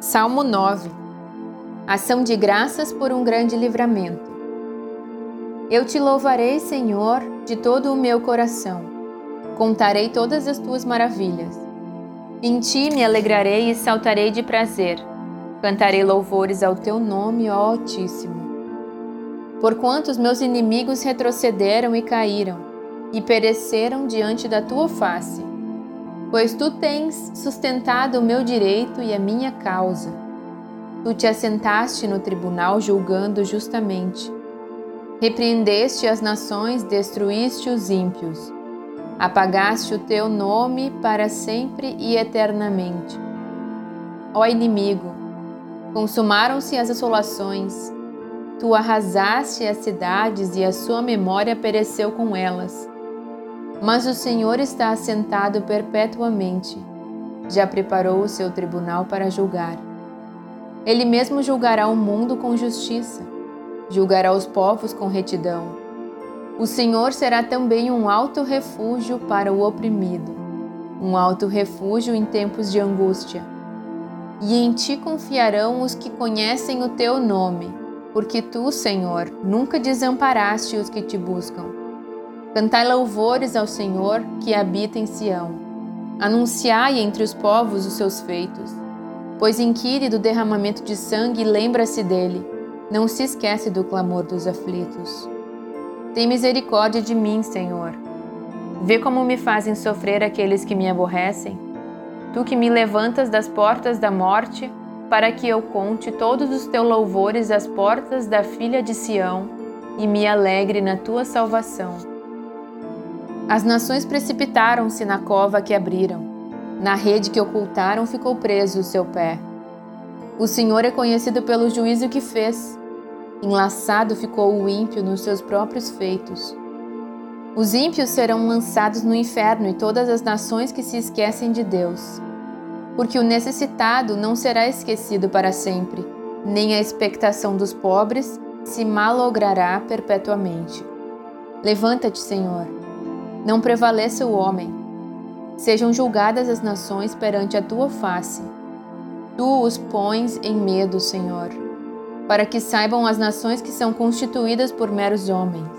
Salmo 9. Ação de graças por um grande livramento. Eu te louvarei, Senhor, de todo o meu coração. Contarei todas as tuas maravilhas. Em ti me alegrarei e saltarei de prazer. Cantarei louvores ao teu nome, ó Altíssimo. Porquanto os meus inimigos retrocederam e caíram, e pereceram diante da tua face. Pois tu tens sustentado o meu direito e a minha causa. Tu te assentaste no tribunal julgando justamente. Repreendeste as nações, destruíste os ímpios. Apagaste o teu nome para sempre e eternamente. Ó inimigo, consumaram-se as assolações. Tu arrasaste as cidades e a sua memória pereceu com elas. Mas o Senhor está assentado perpetuamente. Já preparou o seu tribunal para julgar. Ele mesmo julgará o mundo com justiça. Julgará os povos com retidão. O Senhor será também um alto refúgio para o oprimido, um alto refúgio em tempos de angústia. E em ti confiarão os que conhecem o teu nome, porque tu, Senhor, nunca desamparaste os que te buscam. Cantai louvores ao Senhor que habita em Sião. Anunciai entre os povos os seus feitos. Pois inquire do derramamento de sangue e lembra-se dele. Não se esquece do clamor dos aflitos. Tem misericórdia de mim, Senhor. Vê como me fazem sofrer aqueles que me aborrecem. Tu que me levantas das portas da morte, para que eu conte todos os teus louvores às portas da filha de Sião e me alegre na tua salvação. As nações precipitaram-se na cova que abriram. Na rede que ocultaram ficou preso o seu pé. O Senhor é conhecido pelo juízo que fez. Enlaçado ficou o ímpio nos seus próprios feitos. Os ímpios serão lançados no inferno e todas as nações que se esquecem de Deus. Porque o necessitado não será esquecido para sempre, nem a expectação dos pobres se malogrará perpetuamente. Levanta-te, Senhor. Não prevaleça o homem. Sejam julgadas as nações perante a tua face. Tu os pões em medo, Senhor, para que saibam as nações que são constituídas por meros homens.